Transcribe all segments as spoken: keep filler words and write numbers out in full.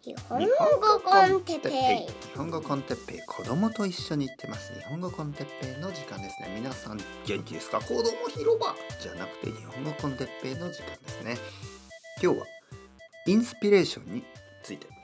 日本語コンテッペイ。 日本語コンテッペイ、子供と一緒に行ってます。日本語コンテッペイの時間ですね。皆さん元気ですか？子供広場じゃなくて日本語コンテッペイの時間ですね。今日はインスピレーションについて。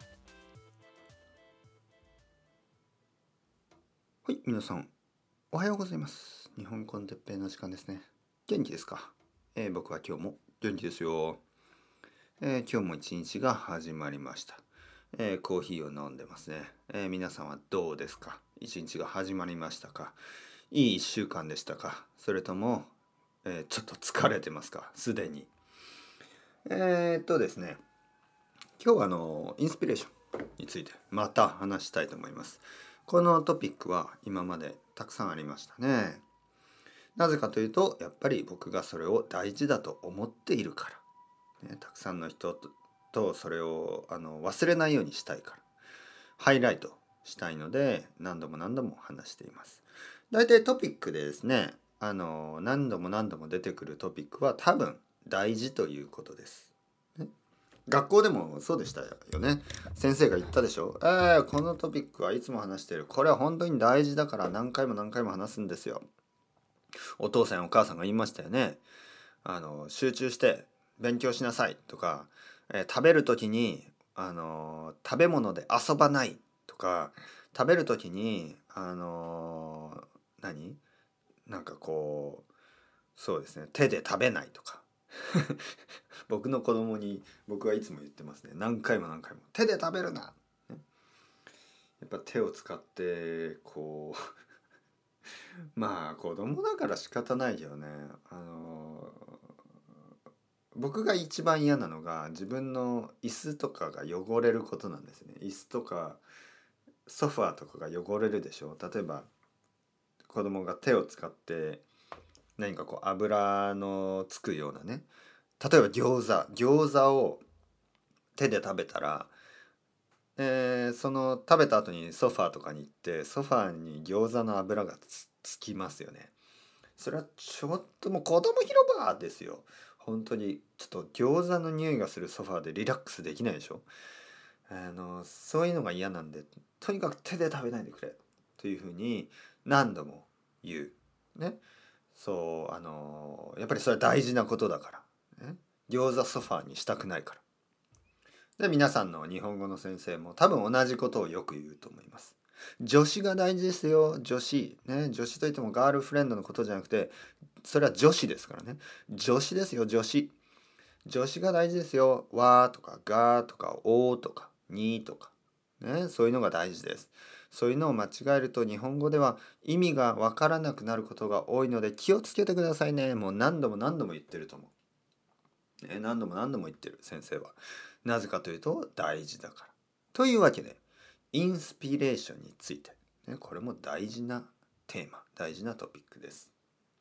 はい、皆さんおはようございます。日本コンテッペイの時間ですね。元気ですか？えー、僕は今日も元気ですよ。えー、今日も一日が始まりました。えー、コーヒーを飲んでますね。えー、皆さんはどうですか？一日が始まりましたか？いい一週間でしたか？それとも、えー、ちょっと疲れてますか？すでに。えー、っとですね、今日はあのインスピレーションについてまた話したいと思います。このトピックは今までたくさんありましたね。なぜかというと、やっぱり僕がそれを大事だと思っているから。ね、たくさんの人ととそれをあの忘れないようにしたいから、ハイライトしたいので何度も何度も話しています。大体トピックでですね、あの何度も何度も出てくるトピックは多分大事ということです。ね、学校でもそうでしたよね。先生が言ったでしょ。えー、このトピックはいつも話している。これは本当に大事だから何回も何回も話すんですよ。お父さんやお母さんが言いましたよね。あの集中して勉強しなさいとか、えー食べる時にあの食べ物で遊ばないとか、食べる時にあの何なんかこうそうですね、手で食べないとか僕の子供に僕はいつも言ってますね。何回も何回も手で食べるな、ね、やっぱ手を使ってこうまあ子供だから仕方ないよね。あの僕が一番嫌なのが自分の椅子とかが汚れることなんですね。椅子とかソファーとかが汚れるでしょ。例えば子供が手を使って何かこう油のつくようなね、例えば餃子餃子を手で食べたら、えーその食べた後にソファーとかに行ってソファーに餃子の油がつ、つきますよね。それはちょっともう子供広場ですよ。本当にちょっと餃子の匂いがするソファーでリラックスできないでしょ。あのそういうのが嫌なんで、とにかく手で食べないでくれというふうに何度も言うね。そうあのやっぱりそれは大事なことだから、ね、餃子ソファーにしたくないから。で皆さんの日本語の先生も多分同じことをよく言うと思います。女子が大事ですよ。女子ね。女子といってもガールフレンドのことじゃなくて、それは女子ですからね。女子ですよ。女子女子が大事ですよ。わーとかがーとかおーとかにーとかね、そういうのが大事です。そういうのを間違えると日本語では意味がわからなくなることが多いので気をつけてくださいね。もう何度も何度も言ってると思う、ね、何度も何度も言ってる先生は。なぜかというと大事だから。というわけでインスピレーションについて、ね、これも大事なテーマ、大事なトピックです。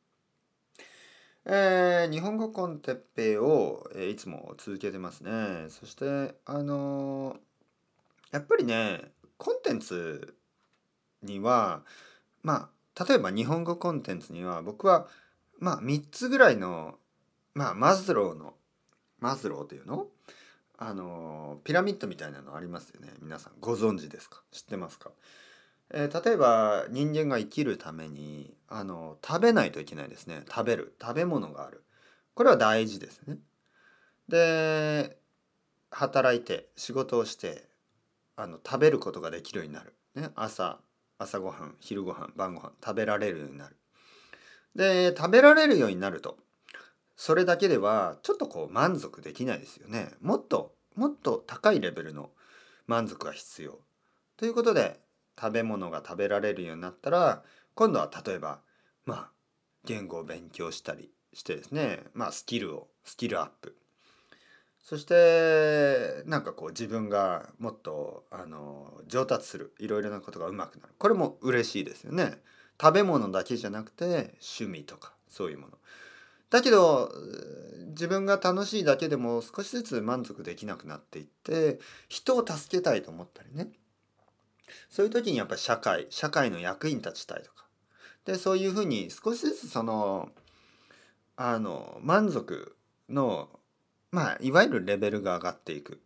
えー、日本語コンテッペイを、えーいつも続けてますね。そしてあのーやっぱりね、コンテンツにはまあ例えば日本語コンテンツには僕はまあみっつぐらいの、まあマズローのマズローというのあのピラミッドみたいなのありますよね。皆さんご存知ですか？知ってますか？えー例えば人間が生きるためにあの食べないといけないですね。食べる食べ物がある。これは大事ですね。で働いて仕事をしてあの食べることができるようになる、ね、朝朝ごはん昼ごはん晩ごはん食べられるようになる。で食べられるようになるとそれだけではちょっとこう満足できないですよね。もっともっと高いレベルの満足が必要ということで、食べ物が食べられるようになったら今度は例えばまあ言語を勉強したりしてですね、まあスキルをスキルアップ、そしてなんかこう自分がもっとあの上達する、いろいろなことがうまくなる。これも嬉しいですよね。食べ物だけじゃなくて趣味とかそういうものだけど、自分が楽しいだけでも少しずつ満足できなくなっていって人を助けたいと思ったりね、そういう時にやっぱり社会社会の役に立ちたいとかで、そういうふうに少しずつそのあの満足のまあいわゆるレベルが上がっていく。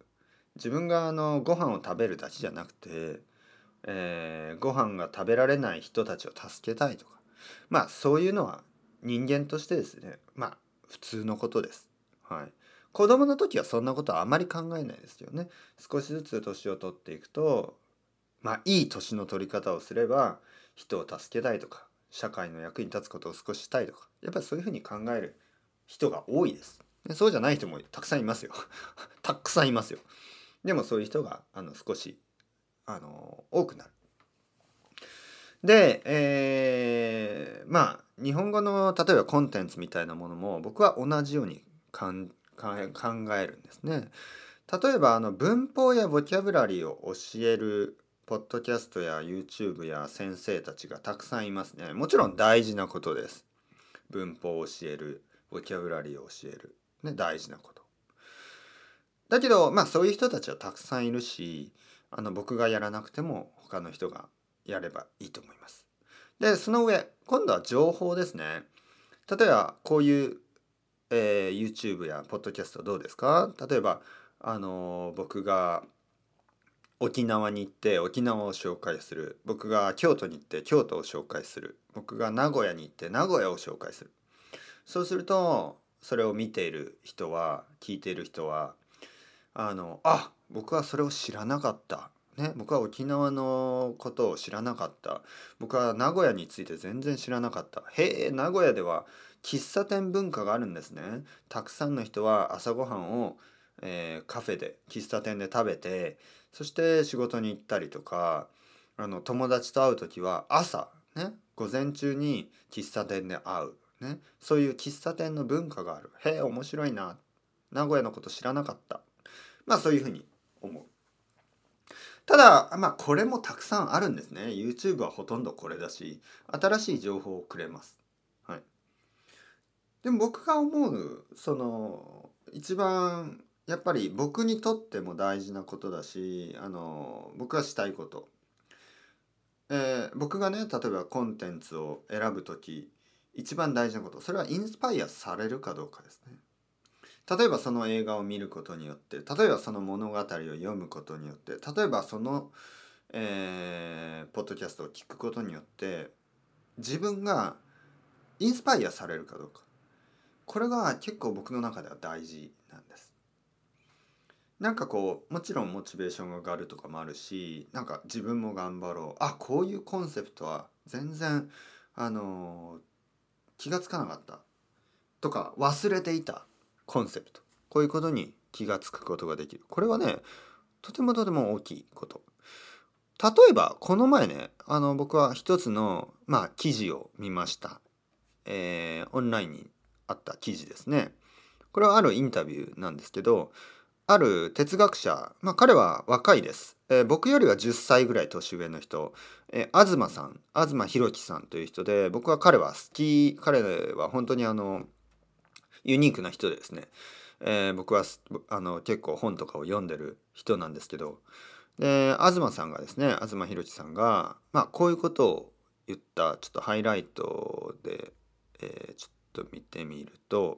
自分があのご飯を食べるだけじゃなくて、えー、ご飯が食べられない人たちを助けたいとか、まあそういうのは人間としてですね、まあ普通のことです。はい。子供の時はそんなことはあまり考えないですよね。少しずつ年を取っていくと、まあいい年の取り方をすれば人を助けたいとか、社会の役に立つことを少ししたいとか、やっぱりそういうふうに考える人が多いです。でそうじゃない人もたくさんいますよ。たくさんいますよ。でもそういう人があの少しあの多くなる。で、えー、まあ日本語の例えばコンテンツみたいなものも僕は同じようにかんか考えるんですね。例えばあの文法やボキャブラリーを教えるポッドキャストや YouTube や先生たちがたくさんいますね。もちろん大事なことです。文法を教える、ボキャブラリーを教える、ね、大事なこと。だけどまあそういう人たちはたくさんいるし、あの僕がやらなくても他の人がやればいいと思います。でその上今度は情報ですね。例えばこういう、えー YouTube やポッドキャストどうですか。例えばあの僕が沖縄に行って沖縄を紹介する、僕が京都に行って京都を紹介する、僕が名古屋に行って名古屋を紹介する。そうするとそれを見ている人は聞いている人はあのあ僕はそれを知らなかった、ね、僕は沖縄のことを知らなかった、僕は名古屋について全然知らなかった、へえ名古屋では喫茶店文化があるんですね。たくさんの人は朝ごはんを、えーカフェで喫茶店で食べて、そして仕事に行ったりとか、あの友達と会う時は朝ね午前中に喫茶店で会う、ね、そういう喫茶店の文化がある。へえ面白いな、名古屋のこと知らなかった。まあそういうふうに思う。ただまあこれもたくさんあるんですね。 YouTube はほとんどこれだし、新しい情報をくれます。はい。でも僕が思うその一番やっぱり僕にとっても大事なことだし、あの僕がしたいこと、えー僕がね例えばコンテンツを選ぶとき一番大事なこと、それはインスパイアされるかどうかですね。例えばその映画を見ることによって、例えばその物語を読むことによって、例えばその、えーポッドキャストを聞くことによって自分がインスパイアされるかどうか、これが結構僕の中では大事なんです。なんかこうもちろんモチベーションが上がるとかもあるし、なんか自分も頑張ろう、あこういうコンセプトは全然あのー気がつかなかったとか忘れていたコンセプト、こういうことに気がつくことができる。これはねとてもとても大きいこと。例えばこの前ねあの僕は一つのまあ記事を見ました。えーオンラインにあった記事ですね。これはあるインタビューなんですけど、ある哲学者、まあ彼は若いです。えー僕よりはじゅっさいぐらい年上の人、えー東さん、東博樹さんという人で、僕は彼は好き、彼は本当にあの、ユニークな人でですね、えー僕はすあの結構本とかを読んでる人なんですけど、で東さんがですね、東博樹さんが、まあ、こういうことを言ったちょっとハイライトで、えーちょっと見てみると、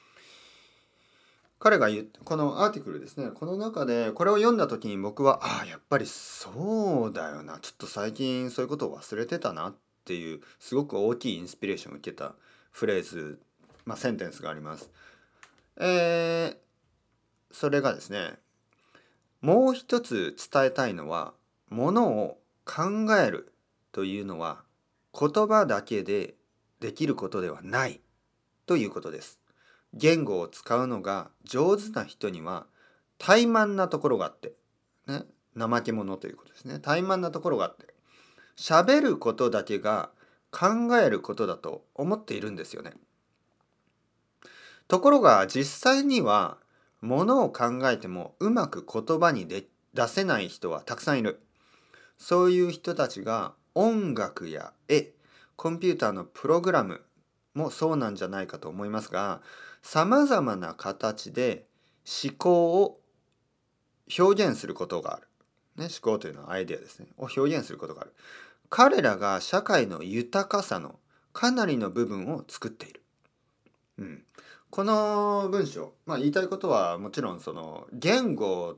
彼が言っこのアーティクルですね、この中でこれを読んだ時に僕はああやっぱりそうだよな、ちょっと最近そういうことを忘れてたなっていうすごく大きいインスピレーションを受けたフレーズ、まあ、センテンスがあります。えーそれがですね、もう一つ伝えたいのは、ものを考えるというのは言葉だけでできることではないということです。言語を使うのが上手な人には怠慢なところがあって、ね、怠け者ということですね。怠慢なところがあって、喋ることだけが考えることだと思っているんですよね。ところが実際にはものを考えてもうまく言葉にで出せない人はたくさんいる。そういう人たちが音楽や絵、コンピューターのプログラムもそうなんじゃないかと思いますが、さまざまな形で思考を表現することがある。ね、思考というのはアイデアですね。を表現することがある。彼らが社会の豊かさのかなりの部分を作っている。うん、この文章、まあ、言いたいことはもちろんその言語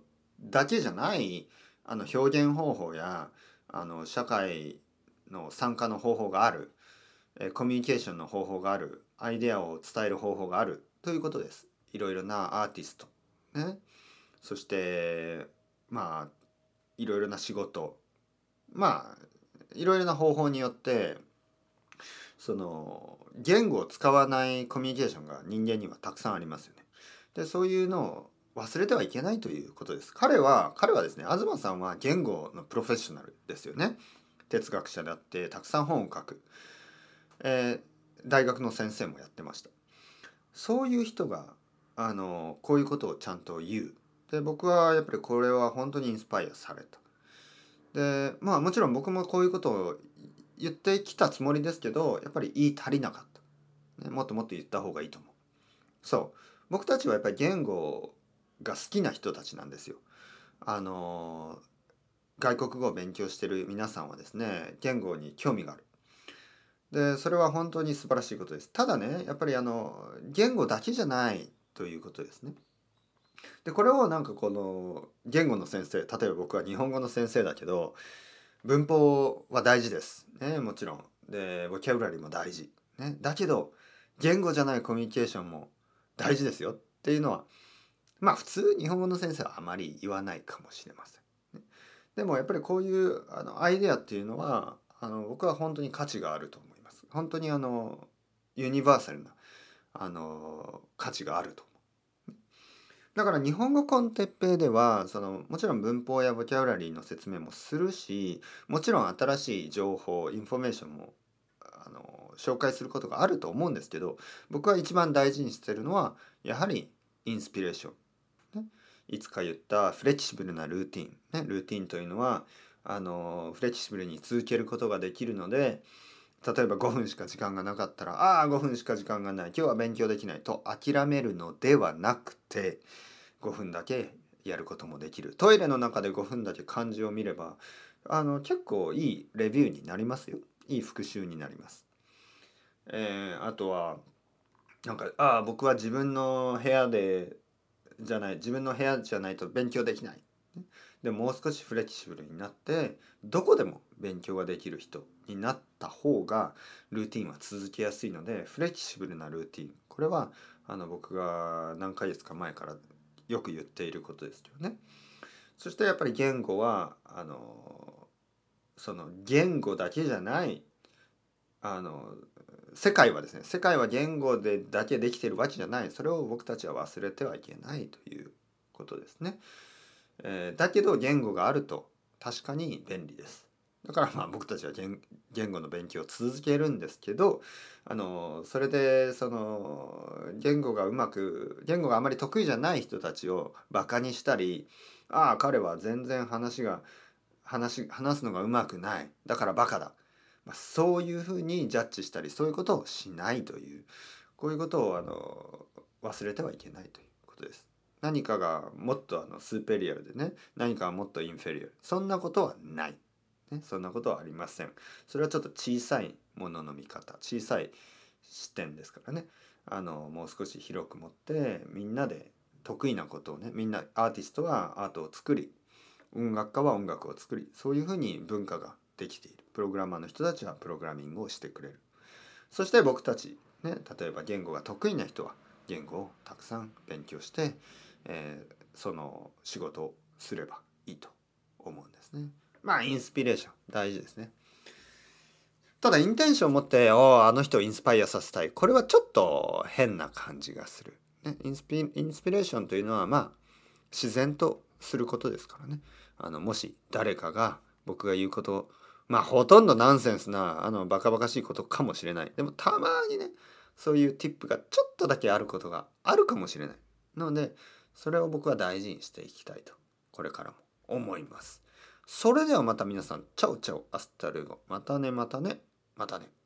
だけじゃないあの表現方法やあの社会の参加の方法がある、えコミュニケーションの方法がある、アイデアを伝える方法があるということです。いろいろなアーティスト、ね、そしてまあいろいろな仕事、まあいろいろな方法によってその言語を使わないコミュニケーションが人間にはたくさんありますよね。でそういうのを忘れてはいけないということです。彼は彼はですね、東さんは言語のプロフェッショナルですよね。哲学者であってたくさん本を書く、えー、大学の先生もやってました。そういう人があのこういうことをちゃんと言う。で僕はやっぱりこれは本当にインスパイアされた。でまあもちろん僕もこういうことを言ってきたつもりですけど、やっぱり言い足りなかった、ね、もっともっと言った方がいいと思う。そう僕たちはやっぱり言語が好きな人たちなんですよ。あの外国語を勉強している皆さんはですね、言語に興味がある。でそれは本当に素晴らしいことです。ただね、やっぱりあの言語だけじゃないということですね。でこれをなんかこの言語の先生、例えば僕は日本語の先生だけど文法は大事です、ね、もちろん。でボキャブラリーも大事、ね、だけど言語じゃないコミュニケーションも大事ですよっていうのは、まあ普通日本語の先生はあまり言わないかもしれません、ね、でもやっぱりこういうあのアイデアっていうのはあの僕は本当に価値があると思います。本当にあのユニバーサルなあの価値があると。だから日本語コンテッペイではそのもちろん文法やボキャブラリーの説明もするし、もちろん新しい情報インフォメーションもあの紹介することがあると思うんですけど、僕は一番大事にしてるのはやはりインスピレーション、ね、いつか言ったフレキシブルなルーティン、ね、ルーティンというのはあのフレキシブルに続けることができるので、例えばごふんしか時間がなかったら、ああごふんしか時間がない、今日は勉強できないと諦めるのではなくて、ごふんだけやることもできる。トイレの中でごふんだけ漢字を見ればあの結構いいレビューになりますよ。いい復習になります。えー、あとはなんかああ僕は自分の部屋でじゃない自分の部屋じゃないと勉強できない。でもう少しフレキシブルになってどこでも勉強ができる人になった方がルーティンは続けやすいので、フレキシブルなルーティン、これはあの僕が何ヶ月か前からよく言っていることですよね。そしてやっぱり言語はあのその言語だけじゃないあの世界はですね、世界は言語でだけできているわけじゃない。それを僕たちは忘れてはいけないということですね。えー、だけど言語があると確かに便利です。だからまあ僕たちは 言, 言語の勉強を続けるんですけど、あのそれでその言語がうまく言語があまり得意じゃない人たちをバカにしたり、ああ彼は全然話が話話すのがうまくない、だからバカだ、まあ、そういうふうにジャッジしたり、そういうことをしないという、こういうことをあの忘れてはいけないということです。何かがもっとあのスーペリアルでね、何かがもっとインフェリアル、そんなことはない、ね、そんなことはありません。それはちょっと小さいものの見方、小さい視点ですからね。あのもう少し広く持ってみんなで得意なことをね、みんなアーティストはアートを作り、音楽家は音楽を作り、そういうふうに文化ができている。プログラマーの人たちはプログラミングをしてくれる。そして僕たち、ね、例えば言語が得意な人は言語をたくさん勉強して、えー、その仕事をすればいいと思うんですね。まあインスピレーション大事ですね。ただインテンションを持っておあの人をインスパイアさせたい、これはちょっと変な感じがする、ね、インスピ、インスピレーションというのはまあ自然とすることですからね。あのもし誰かが僕が言うことまあほとんどナンセンスなあのバカバカしいことかもしれない。でもたまにねそういうティップがちょっとだけあることがあるかもしれないので、それを僕は大事にしていきたいとこれからも思います。それではまた皆さん、チャオチャオアスタルゴ、またねまたねまたね。